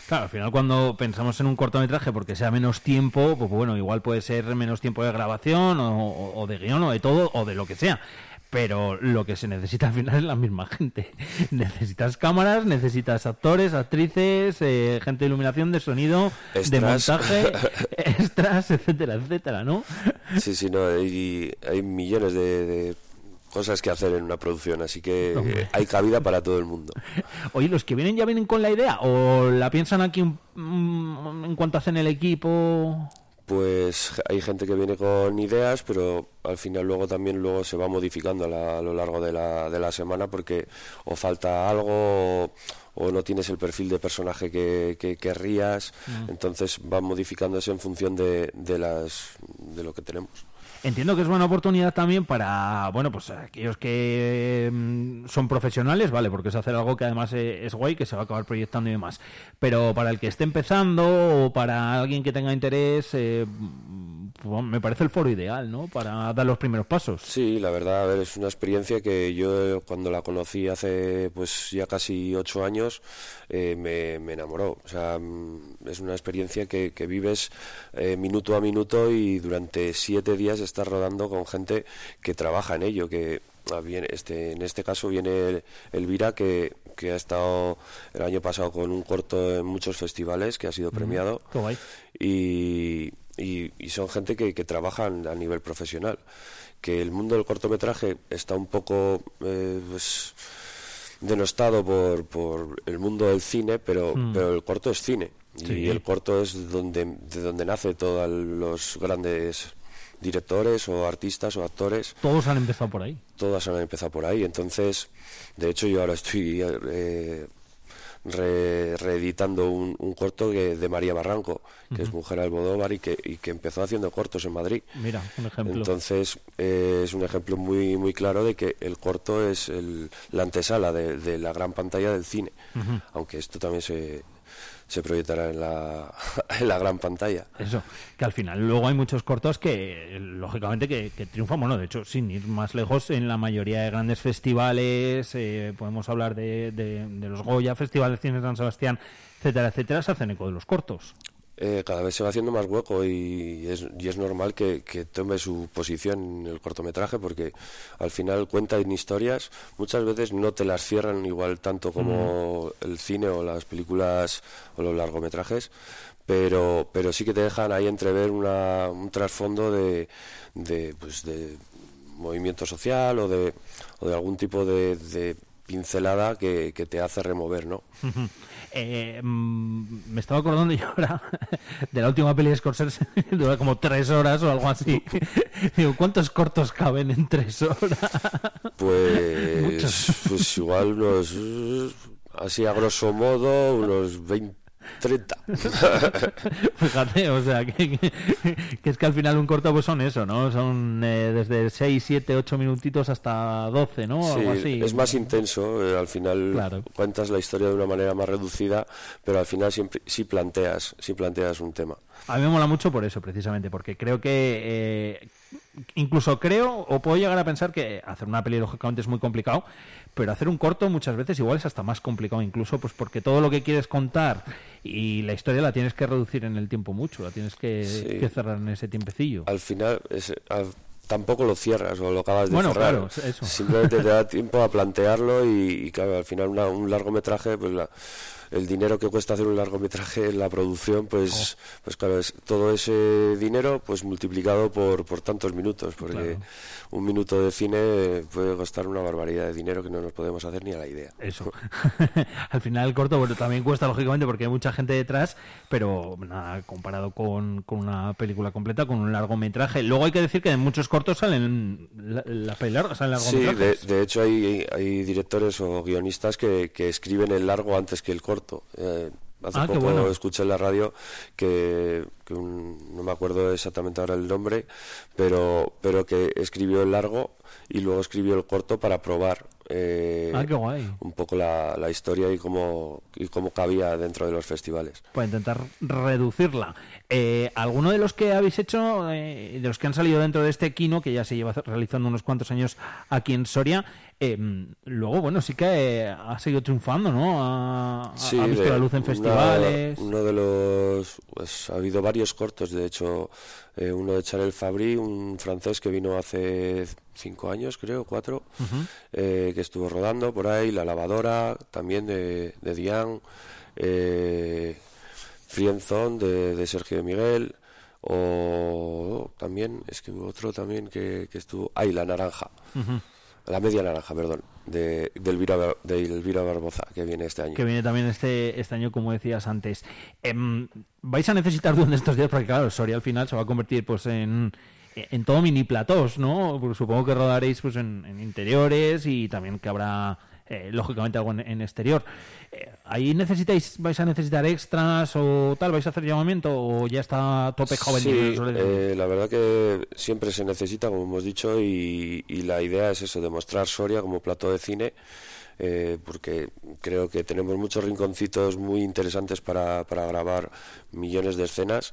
Claro, al final cuando pensamos en un cortometraje porque sea menos tiempo, pues bueno, igual puede ser menos tiempo de grabación o, o, o de guión o de todo o de lo que sea. Pero lo que se necesita al final es la misma gente. Necesitas cámaras, necesitas actores, actrices, eh, gente de iluminación, de sonido, extras. De montaje, extras, etcétera, etcétera, ¿no? Sí, sí, no, hay, hay millones de, de cosas que hacer en una producción, así que Hombre. hay cabida para todo el mundo. Oye, ¿los que vienen ya vienen con la idea o la piensan aquí um, en cuanto hacen el equipo? Pues hay gente que viene con ideas, pero al final luego también luego se va modificando a, la, a lo largo de la, de la semana porque o falta algo o, o no tienes el perfil de personaje que, que querrías, mm. entonces va modificándose en función de, de, las, de lo que tenemos. Entiendo que es buena oportunidad también para, bueno, pues aquellos que mm, son profesionales, vale, porque es hacer algo que además es, es guay, que se va a acabar proyectando y demás. Pero para el que esté empezando o para alguien que tenga interés, eh, pues, me parece el foro ideal, ¿no? Para dar los primeros pasos. Sí, la verdad, a ver, es una experiencia que yo cuando la conocí hace pues ya casi ocho años eh, me, me enamoró. O sea, es una experiencia que, que vives eh, minuto a minuto y durante siete días estás rodando con gente que trabaja en ello, que bien, este, en este caso viene Elvira, que, que ha estado el año pasado con un corto en muchos festivales, que ha sido premiado, mm, qué guay. y, y, y son gente que, que trabajan a nivel profesional, que el mundo del cortometraje está un poco eh, pues, denostado por, por el mundo del cine, pero, mm. pero el corto es cine, sí. Y el corto es donde, de donde nace todos los grandes directores o artistas o actores. Todos han empezado por ahí. Todos han empezado por ahí. Entonces, de hecho, yo ahora estoy eh, re, reeditando un, un corto que, de María Barranco, que uh-huh. es mujer de Almodóvar y que, y que empezó haciendo cortos en Madrid. Mira, un ejemplo. Entonces, eh, es un ejemplo muy muy claro de que el corto es el, la antesala de, de la gran pantalla del cine. Uh-huh. Aunque esto también se... se proyectará en la, en la gran pantalla. Eso, que al final luego hay muchos cortos que, lógicamente, que, que triunfan. Bueno, de hecho, sin ir más lejos, en la mayoría de grandes festivales, eh, podemos hablar de, de, de los Goya, Festival de Cine de San Sebastián, etcétera, etcétera, se hacen eco de los cortos. Eh, cada vez se va haciendo más hueco y es, y es normal que, que tome su posición en el cortometraje porque al final cuentan historias, muchas veces no te las cierran igual tanto como mm. el cine o las películas o los largometrajes, pero pero sí que te dejan ahí entrever una, un trasfondo de, de, pues de movimiento social o de, o de algún tipo de, de pincelada que, que te hace remover, ¿no? Eh, mmm, me estaba acordando yo ahora de la última peli de Scorsese, dura como tres horas o algo así. Digo, ¿cuántos cortos caben en tres horas? Pues, pues igual unos, así a grosso modo, unos veinte, treinta. Fíjate, o sea, que, que, que es que al final un corto pues son eso, ¿no? Son eh, desde seis, siete, ocho minutitos hasta doce, ¿no? Sí, algo así. Es más intenso, eh, al final claro. Cuentas la historia de una manera más reducida, pero al final siempre sí planteas, sí planteas un tema. A mí me mola mucho por eso, precisamente, porque creo que eh, incluso creo o puedo llegar a pensar que hacer una peli lógicamente es muy complicado, pero hacer un corto muchas veces igual es hasta más complicado incluso, pues porque todo lo que quieres contar y la historia la tienes que reducir en el tiempo mucho, la tienes que, sí. que cerrar en ese tiempecillo. Al final es, al, tampoco lo cierras o lo acabas de bueno, cerrar. Claro, eso. Simplemente te da tiempo a plantearlo y, y claro, al final una, un largometraje, pues la, el dinero que cuesta hacer un largometraje en la producción, pues, oh. pues claro, es todo ese dinero pues multiplicado por, por tantos minutos, porque claro. un minuto de cine puede costar una barbaridad de dinero que no nos podemos hacer ni a la idea. Eso. Al final el corto, bueno, también cuesta lógicamente porque hay mucha gente detrás, pero nada, comparado con, con una película completa, con un largometraje. Luego hay que decir que en muchos cortos salen las la pelis largas, salen largometrajes. Sí, de, de hecho hay, hay directores o guionistas que, que escriben el largo antes que el corto. Eh, hace ah, poco bueno. escuché en la radio que, que un, no me acuerdo exactamente ahora el nombre, pero pero que escribió el largo y luego escribió el corto para probar eh, ah, qué guay. un poco la, la historia y cómo y cómo cabía dentro de los festivales. Para intentar reducirla. Eh, ¿Alguno de los que habéis hecho, eh, de los que han salido dentro de este Kino, que ya se lleva realizando unos cuantos años aquí en Soria, Eh, luego, bueno, sí que eh, ha seguido triunfando, ¿no? Ha, sí, ha visto de, la luz en festivales. Una, uno de los... Pues ha habido varios cortos, de hecho, eh, uno de Charles Fabry, un francés que vino hace cinco años, creo, cuatro, uh-huh. eh, que estuvo rodando por ahí, La lavadora, también de, de Diane, eh, Friendzone de, de Sergio de Miguel, o también, es que hubo otro también que, que estuvo... ¡Ay, La naranja! Uh-huh. La media naranja, perdón, de, de, Elvira, de Elvira Barboza, que viene este año. Que viene también este, este año, como decías antes. Eh, vais a necesitar durante estos días, porque claro, Soria al final se va a convertir pues en, en todo mini platós, ¿no? Porque supongo que rodaréis pues en, en interiores y también que habrá, eh, lógicamente, algo en, en exterior. Eh, ¿Ahí necesitáis, vais a necesitar extras o tal? ¿Vais a hacer llamamiento o ya está a tope joven? Sí, eh, la verdad que siempre se necesita, como hemos dicho, y, y la idea es eso, demostrar Soria como plató de cine, eh, porque creo que tenemos muchos rinconcitos muy interesantes para, para grabar millones de escenas,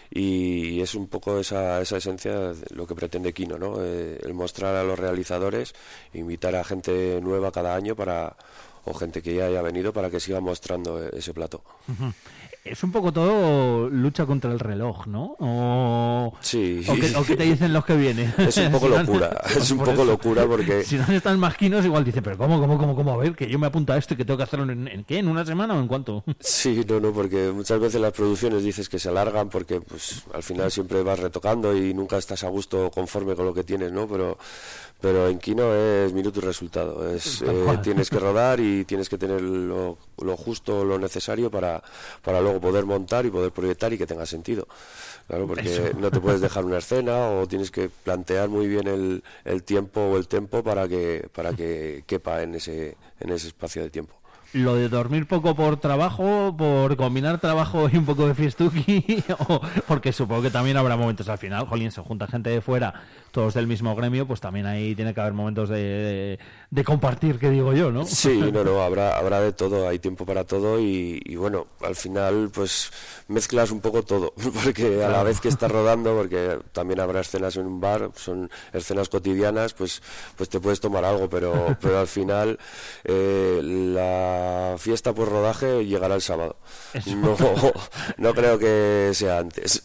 y es un poco esa, esa esencia de lo que pretende Kino, ¿no? Eh, el mostrar a los realizadores, invitar a gente nueva cada año para... o gente que ya haya venido para que siga mostrando ese plató. Uh-huh. Es un poco todo lucha contra el reloj, ¿no? O, sí. O que, o que te dicen los que vienen. Es un poco si locura, no, es un por poco eso. locura porque... Si no están más quinos, igual dicen, pero ¿cómo, cómo, cómo, cómo? A ver, que yo me apunto a esto y que tengo que hacerlo en, ¿en qué? ¿En una semana o en cuánto? Sí, no, no, porque muchas veces las producciones dices que se alargan porque pues al final siempre vas retocando y nunca estás a gusto conforme con lo que tienes, ¿no? Pero... Pero en Kino es minuto y resultado. Es, eh, tienes que rodar y tienes que tener lo, lo justo, lo necesario para, para luego poder montar y poder proyectar y que tenga sentido. Claro, porque Eso. no te puedes dejar una escena o tienes que plantear muy bien el, el tiempo o el tempo para que para que quepa en ese en ese espacio de tiempo. Lo de dormir poco por trabajo, por combinar trabajo y un poco de fiestuki, o porque supongo que también habrá momentos al final, jolín, se junta gente de fuera, todos del mismo gremio, pues también ahí tiene que haber momentos de, de, de compartir, que digo yo, ¿no? Sí, no, no, habrá habrá de todo, hay tiempo para todo y, y bueno, al final pues mezclas un poco todo, porque a la vez que estás rodando, porque también habrá escenas en un bar, son escenas cotidianas, pues pues te puedes tomar algo, pero pero al final eh, la La fiesta por rodaje llegará el sábado. No, no creo que sea antes.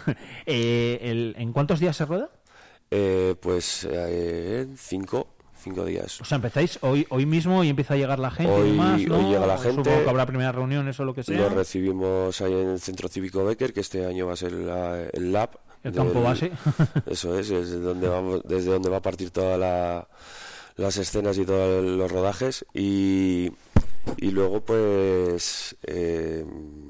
eh, el, ¿En cuántos días se rueda? Eh, pues eh, cinco, cinco días. O sea, empezáis hoy hoy mismo y empieza a llegar la gente. Hoy, y demás, ¿no? hoy llega la gente. Supongo que habrá primeras reuniones o lo que sea. Lo recibimos ahí en el Centro Cívico Becker, que este año va a ser la, el lab. El del, campo base. Eso es, es donde vamos, desde donde va a partir toda la, las escenas y todos los rodajes y Y luego, pues... Eh,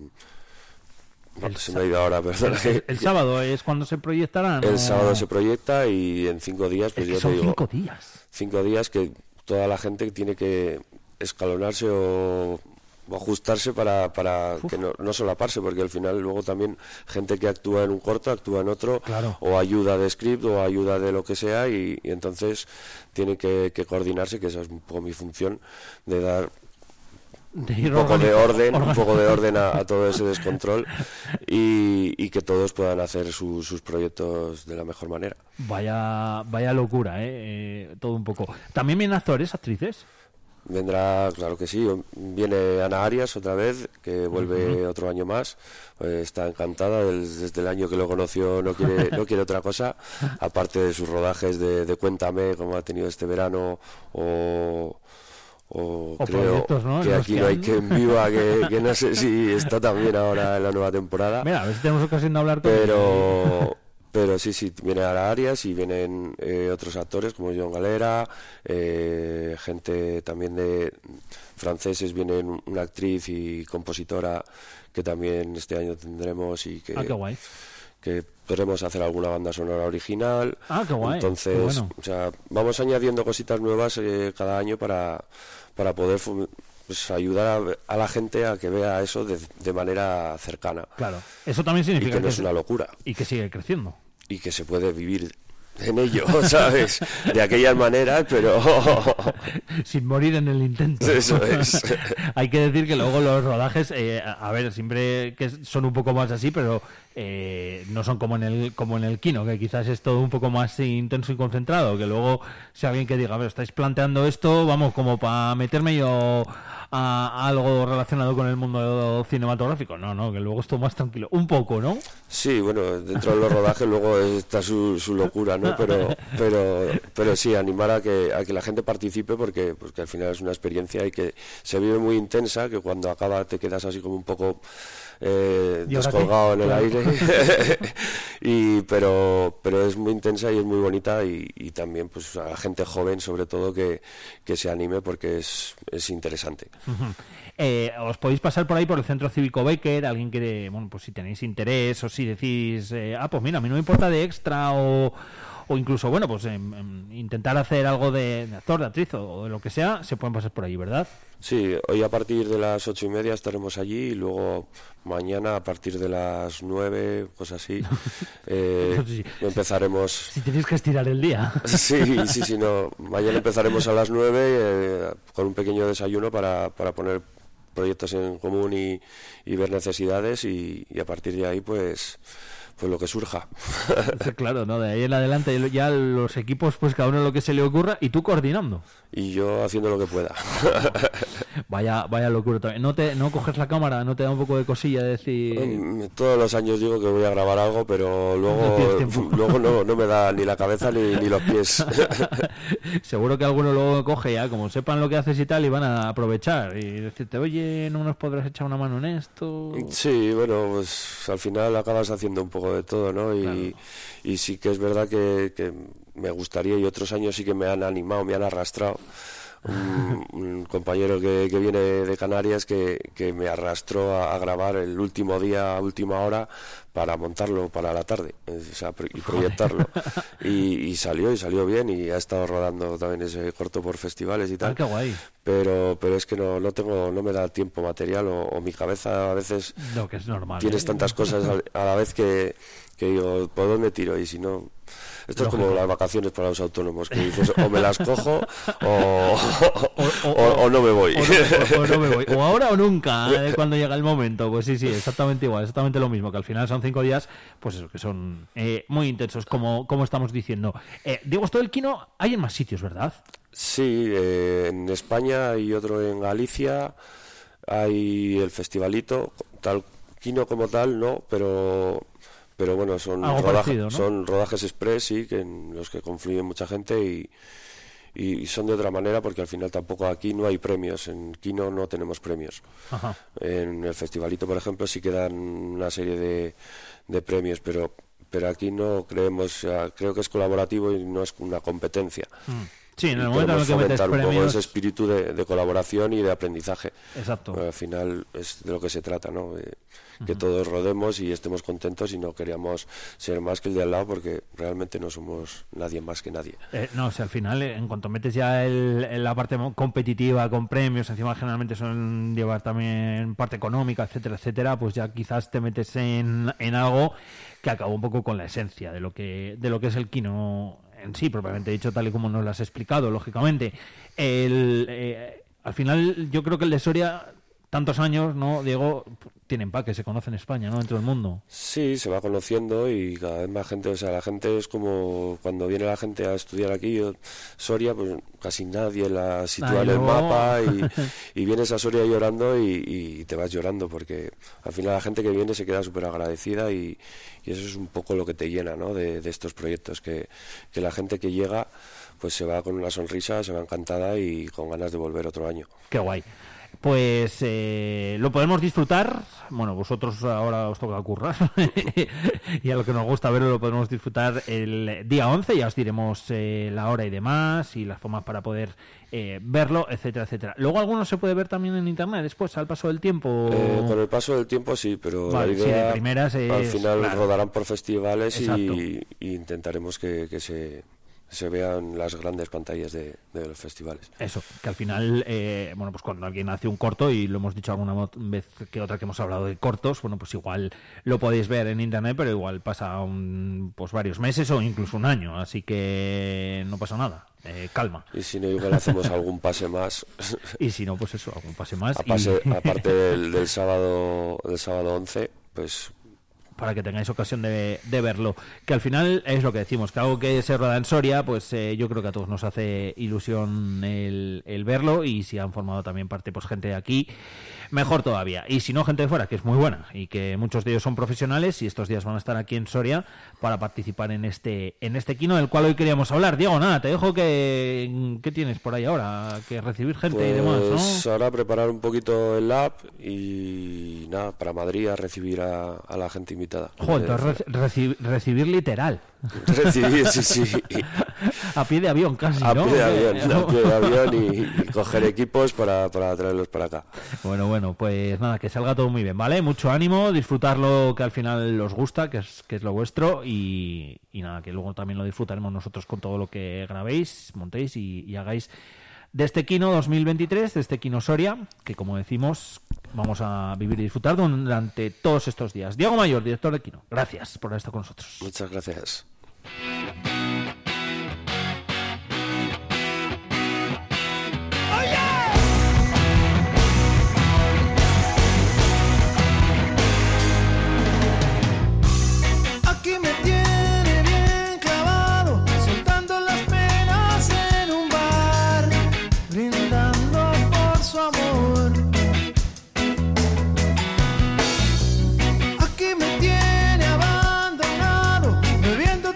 el se me ha ido ahora, perdón. El, el, el sábado es cuando se proyectará, ¿no? El sábado se proyecta y en cinco días... Pues es que yo son te digo, cinco días. Cinco días que toda la gente tiene que escalonarse o, o ajustarse para, para que no, no solaparse, porque al final luego también gente que actúa en un corto, actúa en otro, claro. o ayuda de script o ayuda de lo que sea y, y entonces tiene que, que coordinarse, que esa es un poco mi función, de dar... un poco de orden, un poco de orden a, a todo ese descontrol y, y que todos puedan hacer su, sus proyectos de la mejor manera. Vaya vaya locura, ¿eh? Eh, todo un poco. ¿También vienen actores, actrices? Vendrá, claro que sí. Viene Ana Arias otra vez, que vuelve uh-huh. otro año más. Eh, está encantada. Desde el año que lo conoció no quiere no quiere otra cosa, aparte de sus rodajes de, de Cuéntame, como ha tenido este verano, o... O, o creo ¿no? que aquí no hay quien viva, que, que no sé si está también ahora en la nueva temporada. Mira, a ver si tenemos ocasión de hablar con pero pero sí, sí, viene Ana Arias y vienen eh, otros actores como John Galera, eh, gente también de franceses, viene una actriz y compositora que también este año tendremos y que... Ah, qué guay. que podremos hacer alguna banda sonora original. Ah, qué guay. Entonces, qué bueno. o sea, vamos añadiendo cositas nuevas eh, cada año para, para poder pues, ayudar a, a la gente a que vea eso de, de manera cercana. Claro, eso también significa y que no que es una locura. Y que sigue creciendo. Y que se puede vivir en ello, ¿sabes? De aquellas maneras, pero... sin morir en el intento. Eso es. Hay que decir que luego los rodajes, eh, a ver, siempre que son un poco más así, pero eh, no son como en el como en el Kino, que quizás es todo un poco más intenso y concentrado, que luego si alguien que diga, a ver, estáis planteando esto, vamos, como para meterme yo a, a algo relacionado con el mundo cinematográfico. No, no, que luego esto más tranquilo. Un poco, ¿no? Sí, bueno, dentro de los rodajes luego está su, su locura, ¿no? Pero pero pero sí, animar a que a que la gente participe porque, porque al final es una experiencia y que se vive muy intensa, que cuando acaba te quedas así como un poco eh, descolgado en el claro. aire y pero pero es muy intensa y es muy bonita y, y también pues a la gente joven sobre todo que, que se anime porque es, es interesante. Uh-huh. Eh, os podéis pasar por ahí por el Centro Cívico Becker, alguien que, bueno, pues si tenéis interés o si decís, eh, ah, pues mira, a mí no me importa de extra o o incluso, bueno, pues eh, intentar hacer algo de, de actor, de actriz o, o de lo que sea, se pueden pasar por allí, ¿verdad? Sí, hoy a partir de las ocho y media estaremos allí y luego mañana a partir de las nueve, cosas así, eh, sí. empezaremos... Si tenéis que estirar el día. Sí, sí, sí, no. Mañana empezaremos a las nueve eh, con un pequeño desayuno para, para poner proyectos en común y, y ver necesidades y, y a partir de ahí, pues... pues lo que surja. Claro, no, de ahí en adelante ya los equipos, pues cada uno lo que se le ocurra y tú coordinando. Y yo haciendo lo que pueda. Vaya vaya locura también. ¿No te no coges la cámara? ¿No te da un poco de cosilla decir...? Todos los años digo que voy a grabar algo, pero luego no luego no, no me da ni la cabeza ni, ni los pies. Seguro que alguno luego coge ya, como sepan lo que haces y tal, y van a aprovechar y decirte, oye, ¿no nos podrás echar una mano en esto? Sí, bueno, pues al final acabas haciendo un poco de todo, ¿no? Y, claro. y sí que es verdad que, que me gustaría, y otros años sí que me han animado, me han arrastrado. Un, un compañero que, que viene de Canarias que, que me arrastró a, a grabar el último día, a última hora, para montarlo para la tarde, o sea, y proyectarlo. Y, y salió, y salió bien, y ha estado rodando también ese corto por festivales y tal. Ah, qué guay. Pero, pero es que no, no tengo, no me da tiempo material, o, o mi cabeza a veces no, que es normal, tienes ¿eh? tantas cosas a, a la vez que, que digo, ¿por dónde tiro? Y si no... Esto Lógico. Es como las vacaciones para los autónomos, que dices, o me las cojo o, o, o, o, o no me voy. O no, o no me voy. O ahora o nunca, ¿eh? Cuando llega el momento. Pues sí, sí, exactamente igual, exactamente lo mismo, que al final son cinco días, pues eso, que son eh, muy intensos, como, como estamos diciendo. Eh, Diego, esto del Kino, hay en más sitios, ¿verdad? Sí, eh, en España hay otro en Galicia, hay el festivalito, tal Kino como tal, no, pero... pero bueno, son, rodaje, parecido, ¿no? son rodajes express, sí, que en los que confluye mucha gente y, y, y son de otra manera porque al final tampoco aquí no hay premios, en Kino no tenemos premios. Ajá. En el festivalito, por ejemplo, sí que dan una serie de, de premios, pero pero aquí no creemos, o sea, creo que es colaborativo y no es una competencia. Mm. Sí, en el momento en el que metes un premios... poco ese espíritu de, de colaboración y de aprendizaje. Exacto. Al final es de lo que se trata, ¿no? De, que uh-huh. todos rodemos y estemos contentos y no queríamos ser más que el de al lado porque realmente no somos nadie más que nadie. Eh, no, o sea, al final, en cuanto metes ya el, el, la parte competitiva con premios, encima generalmente son llevar también parte económica, etcétera, etcétera, pues ya quizás te metes en, en algo que acaba un poco con la esencia de lo que, de lo que es el Kino en sí, propiamente dicho, tal y como nos lo has explicado, lógicamente. El, eh, al final, yo creo que el de Soria, tantos años, ¿no, Diego? Tiene empaque, se conoce en España, ¿no? Dentro del mundo. Sí, se va conociendo y cada vez más gente, o sea, la gente es como cuando viene la gente a estudiar aquí, yo, Soria, pues casi nadie la sitúa Ay, en el no. mapa y, y vienes a Soria llorando y, y te vas llorando porque al final la gente que viene se queda súper agradecida y, y eso es un poco lo que te llena, ¿no? De, de estos proyectos, que, que la gente que llega pues se va con una sonrisa, se va encantada y con ganas de volver otro año. Qué guay. Pues eh, lo podemos disfrutar. Bueno, vosotros ahora os toca currar y a lo que nos gusta verlo lo podemos disfrutar el día once. Ya os diremos eh, la hora y demás y las formas para poder eh, verlo, etcétera, etcétera. Luego alguno se puede ver también en internet después, al paso del tiempo. Eh, con el paso del tiempo sí, pero vale, la idea, sí, de primeras es, al final claro. rodarán por festivales y, y intentaremos que, que se... se vean las grandes pantallas de, de los festivales. Eso, que al final, eh, bueno, pues cuando alguien hace un corto, y lo hemos dicho alguna vez que otra que hemos hablado de cortos, bueno, pues igual lo podéis ver en internet, pero igual pasa un, pues varios meses o incluso un año, así que no pasa nada. Eh, calma. Y si no, igual hacemos algún pase más. Y si no, pues eso, algún pase más. A pase, y... Aparte del, del sábado del sábado once, pues para que tengáis ocasión de, de verlo. Que al final es lo que decimos, que algo que se rueda en Soria, pues eh, yo creo que a todos nos hace ilusión el, el verlo, y si han formado también parte pues gente de aquí, mejor todavía. Y si no, gente de fuera, que es muy buena, y que muchos de ellos son profesionales y estos días van a estar aquí en Soria para participar en este en este kino del cual hoy queríamos hablar. Diego, nada, te dejo que... ¿Qué tienes por ahí ahora? Que recibir gente pues y demás, ¿no? Pues ahora preparar un poquito el lab y nada, para Madrid a recibir a, a la gente invitada. Joder, entonces, reci- recibir literal. Recibir, sí, sí. A pie de avión casi, a ¿no? Pie de avión, a pie de avión y, y coger equipos para, para traerlos para acá. Bueno, bueno, pues nada, que salga todo muy bien, ¿vale? Mucho ánimo, disfrutarlo, que al final os gusta, que es, que es lo vuestro, y, y nada, que luego también lo disfrutaremos nosotros con todo lo que grabéis, montéis y, y hagáis de este Kino dos mil veintitrés, de este Kino Soria, que como decimos, vamos a vivir y disfrutar durante todos estos días. Diego Mayor, director de Kino, gracias por estar con nosotros. Muchas gracias. Aquí me tiene bien clavado, soltando las penas en un bar, brindando por su amor. Aquí me tiene abandonado, bebiendo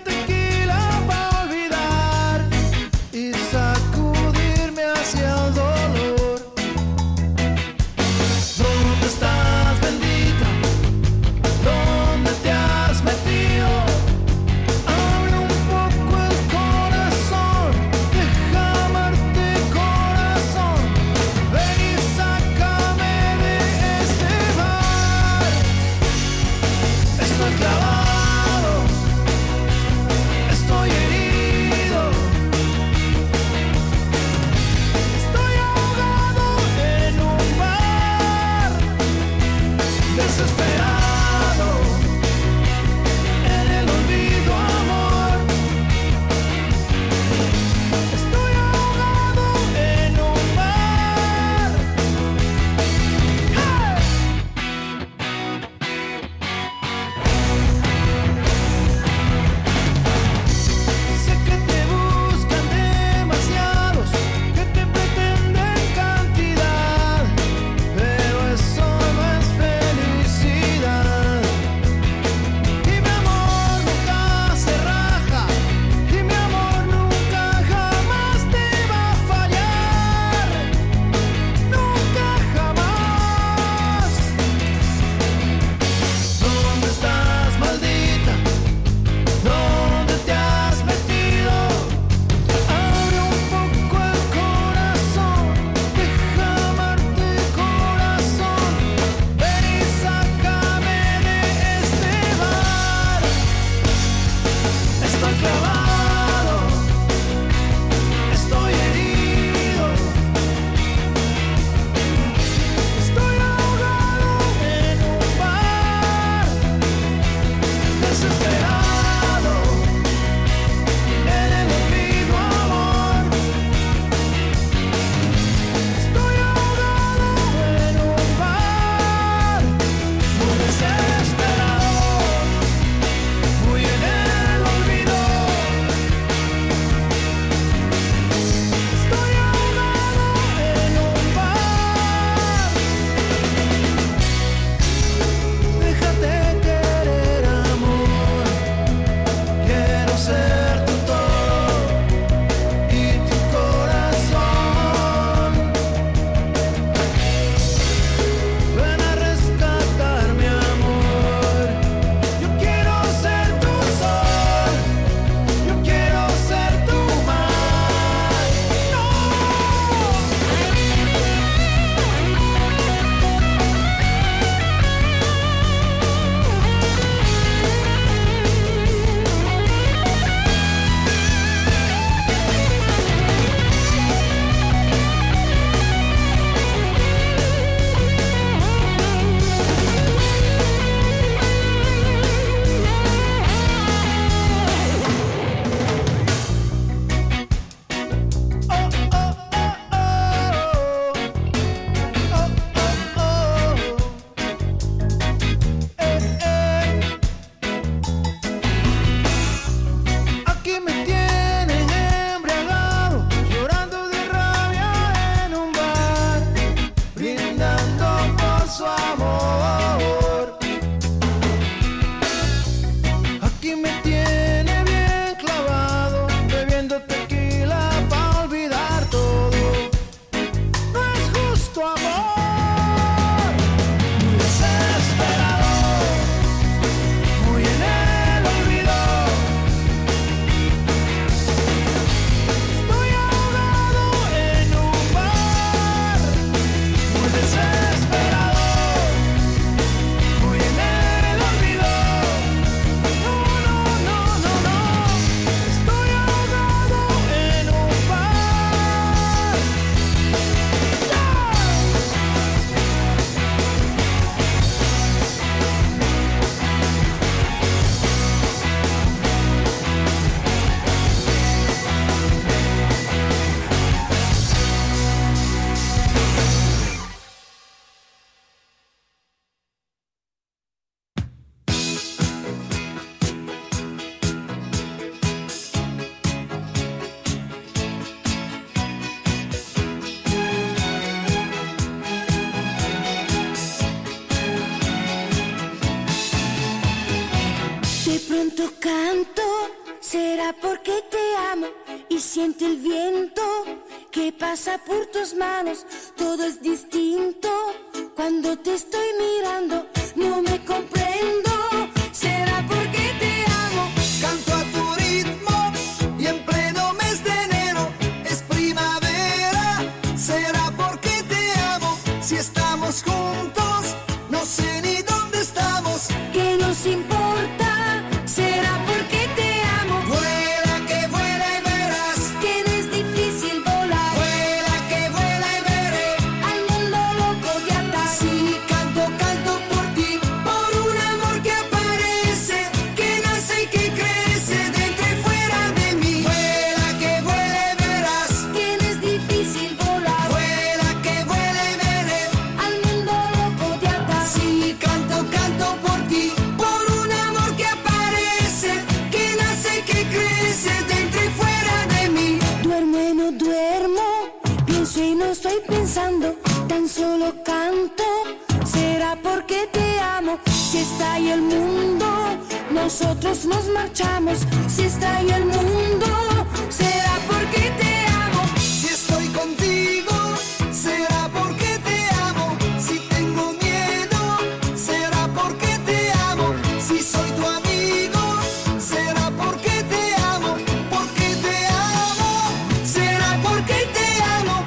será porque te amo y siento el viento que pasa por tus manos. Todo es distinto cuando te estoy mirando. No me comprendo, será porque te amo. Canto a tu ritmo y en pleno mes de enero es primavera. Será porque te amo. Si estamos juntos, no sé ni dónde estamos. ¿Qué nos importa? Será porque te amo. Vuela que vuela y verás que no es difícil volar. Vuela que vuela y veré al mundo loco de atar. Si canto, canto por ti, por un amor que aparece, que nace y que crece dentro y fuera de mí. Vuela que vuela y verás que no es difícil volar. Vuela que vuela y veré al mundo loco de atar. Si canto, canto por ti, por un amor que aparece, que nace y que crece dentro y fuera de mí. Duermo y no duermo, pienso y no estoy pensando, tan solo canto. Será porque te amo. Si está ahí el mundo, nosotros nos marchamos. Si está ahí el mundo, será porque te amo. Si estoy contigo, será porque te amo. Si tengo miedo, será porque te amo. Si soy tu amigo, será porque te amo. Porque te amo, será porque te amo.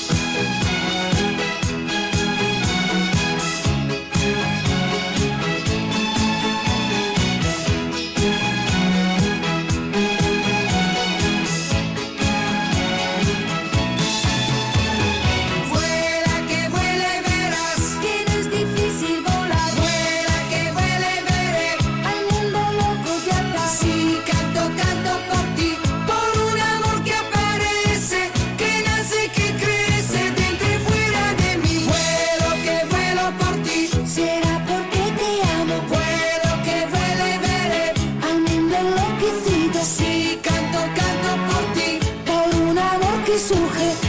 Vuela que vuela y verás que no es difícil volar. Vuela que vuela y veré al mundo loco de atar. Si canto, canto por ti, por un amor que aparece, que nace y que crece dentro y fuera de mí. Vuelo que vuelo por ti, será porque te amo. vuelo que vuela y veré al mundo enloquecido. Si canto, canto por ti, por un amor que surge